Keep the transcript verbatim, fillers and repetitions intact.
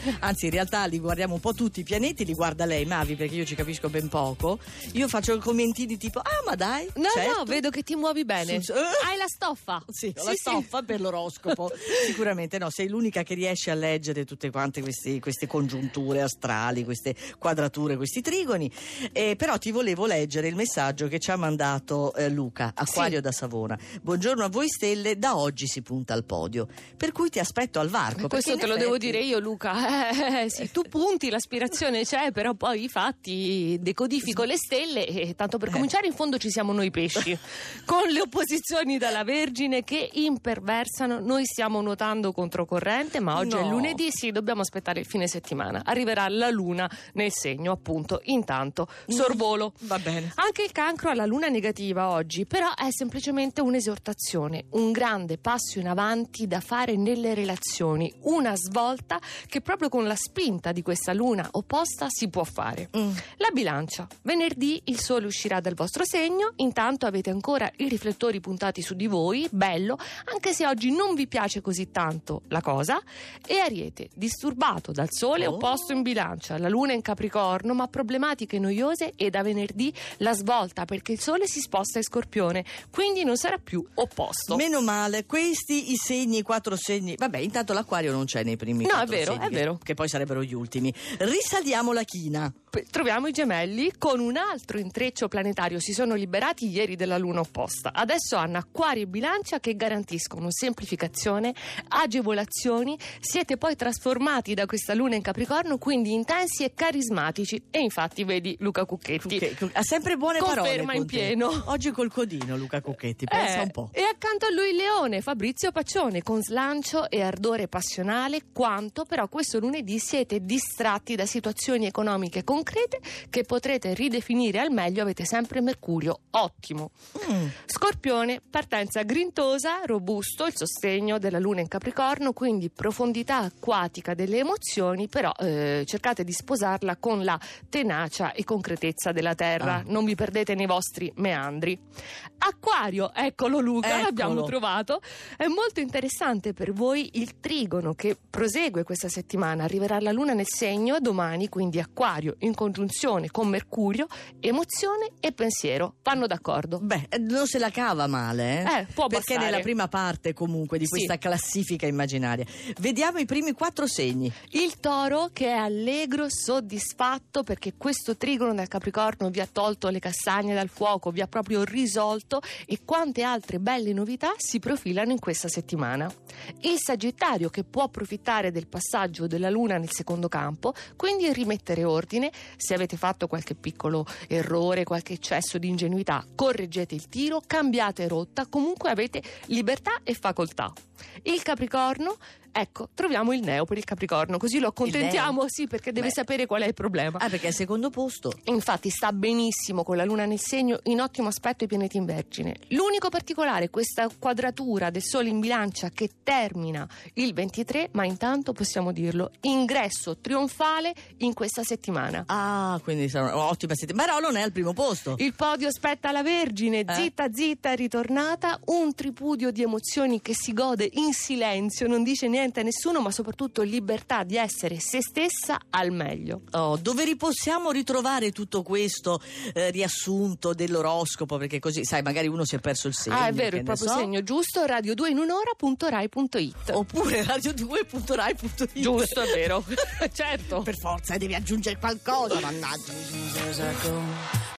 Anzi, in realtà li guardiamo un po' tutti i pianeti, li guarda lei, Mavi, perché io ci capisco ben poco. Io faccio commentini tipo, ah ma dai, no certo. no, vedo che ti muovi bene. Su- Hai la stoffa. Sì, ho Sì, la sì. stoffa per l'oroscopo. Sicuramente no, sei l'unica che riesce a leggere tutte quante questi, queste congiunture astrali, queste quadrature, questi trigoni. Eh, però ti volevo leggere il messaggio che ci ha mandato eh, Luca, Acquario Sì. da Savona. Buongiorno a voi stelle, da oggi si punta al podio, per cui ti aspetto al varco. Questo perché te in lo effetti- devo dire io, Luca. Eh, sì, tu punti, l'aspirazione c'è, però poi i fatti decodifico le stelle e tanto per Eh. cominciare in fondo ci siamo noi pesci con le opposizioni dalla Vergine che imperversano. Noi stiamo nuotando controcorrente, ma oggi No. è lunedì, sì, dobbiamo aspettare il fine settimana. Arriverà la luna nel segno, appunto. Intanto sorvolo. Va bene. Anche il Cancro ha la luna negativa oggi, però è semplicemente un'esortazione, un grande passo in avanti da fare nelle relazioni, una svolta che proprio con la spinta di questa luna opposta si può fare. Mm. La Bilancia, venerdì il sole uscirà dal vostro segno, intanto avete ancora i riflettori puntati su di voi, bello, anche se oggi non vi piace così tanto la cosa. E Ariete, disturbato dal sole Oh. opposto in Bilancia, la luna in Capricorno, ma problematiche noiose, e da venerdì la svolta perché il sole si sposta in Scorpione, quindi non sarà più opposto. Meno male, questi i segni, i quattro segni. Vabbè, intanto l'Acquario non c'è nei primi No, quattro è vero, segni, è che- vero. che poi sarebbero gli ultimi. Risaliamo la china. P- Troviamo i Gemelli con un altro intreccio planetario, si sono liberati ieri della luna opposta. Adesso hanno Acquario e Bilancia che garantiscono semplificazione, agevolazioni. Siete poi trasformati da questa luna in Capricorno, quindi intensi e carismatici. E infatti vedi Luca Cucchetti. Che- che- ha sempre buone parole Conferma con in te. pieno. Oggi col codino Luca Cucchetti, pensa Eh, un po'. E accanto a lui il Leone, Fabrizio Paccione, con slancio e ardore passionale, quanto però questo lunedì siete distratti da situazioni economiche concrete che potrete ridefinire al meglio. Avete sempre Mercurio ottimo. Mm. Scorpione, partenza grintosa, robusto, il sostegno della luna in Capricorno, quindi profondità acquatica delle emozioni, però eh, cercate di sposarla con la tenacia e concretezza della terra, Ah. non vi perdete nei vostri meandri. Acquario, eccolo Luca, Eccolo. l'abbiamo trovato. È molto interessante per voi il trigono che prosegue questa settimana. Arriverà la luna nel segno domani, quindi Acquario in congiunzione con Mercurio, emozione e pensiero vanno d'accordo. Beh, non se la cava male, eh? Eh, può Perché bastare. nella prima parte comunque di Sì. questa classifica immaginaria. Vediamo i primi quattro segni. Il Toro che è allegro, soddisfatto perché questo trigono dal Capricorno vi ha tolto le castagne dal fuoco, vi ha proprio risolto, e quante altre belle novità si profilano in questa settimana. Il Sagittario che può approfittare del passaggio della Luna nel secondo campo, quindi rimettere ordine. Se avete fatto qualche piccolo errore, qualche eccesso di ingenuità, correggete il tiro, cambiate rotta, comunque avete libertà e facoltà. Il Capricorno, ecco, troviamo il Neo per il Capricorno, così lo accontentiamo, sì, perché deve Beh. sapere qual è il problema. Ah, perché è al secondo posto. Infatti sta benissimo con la luna nel segno, in ottimo aspetto i pianeti in Vergine. L'unico particolare è questa quadratura del sole in Bilancia che termina il ventitré, ma intanto possiamo dirlo, ingresso trionfale in questa settimana. Ah, quindi sarà un'ottima settimana. Però non è al primo posto. Il podio aspetta la Vergine, zitta zitta è ritornata, un tripudio di emozioni che si gode in silenzio, non dice niente a nessuno, ma soprattutto libertà di essere se stessa al meglio. Oh, dove ri- possiamo ritrovare tutto questo eh, riassunto dell'oroscopo? Perché così, sai, magari uno si è perso il segno. Ah, è vero, che il ne proprio so. segno giusto, radio due in un'ora punto rai punto it. Oppure radio due punto rai punto it. Giusto, è vero. Certo. Per forza, devi aggiungere qualcosa, mannaggia.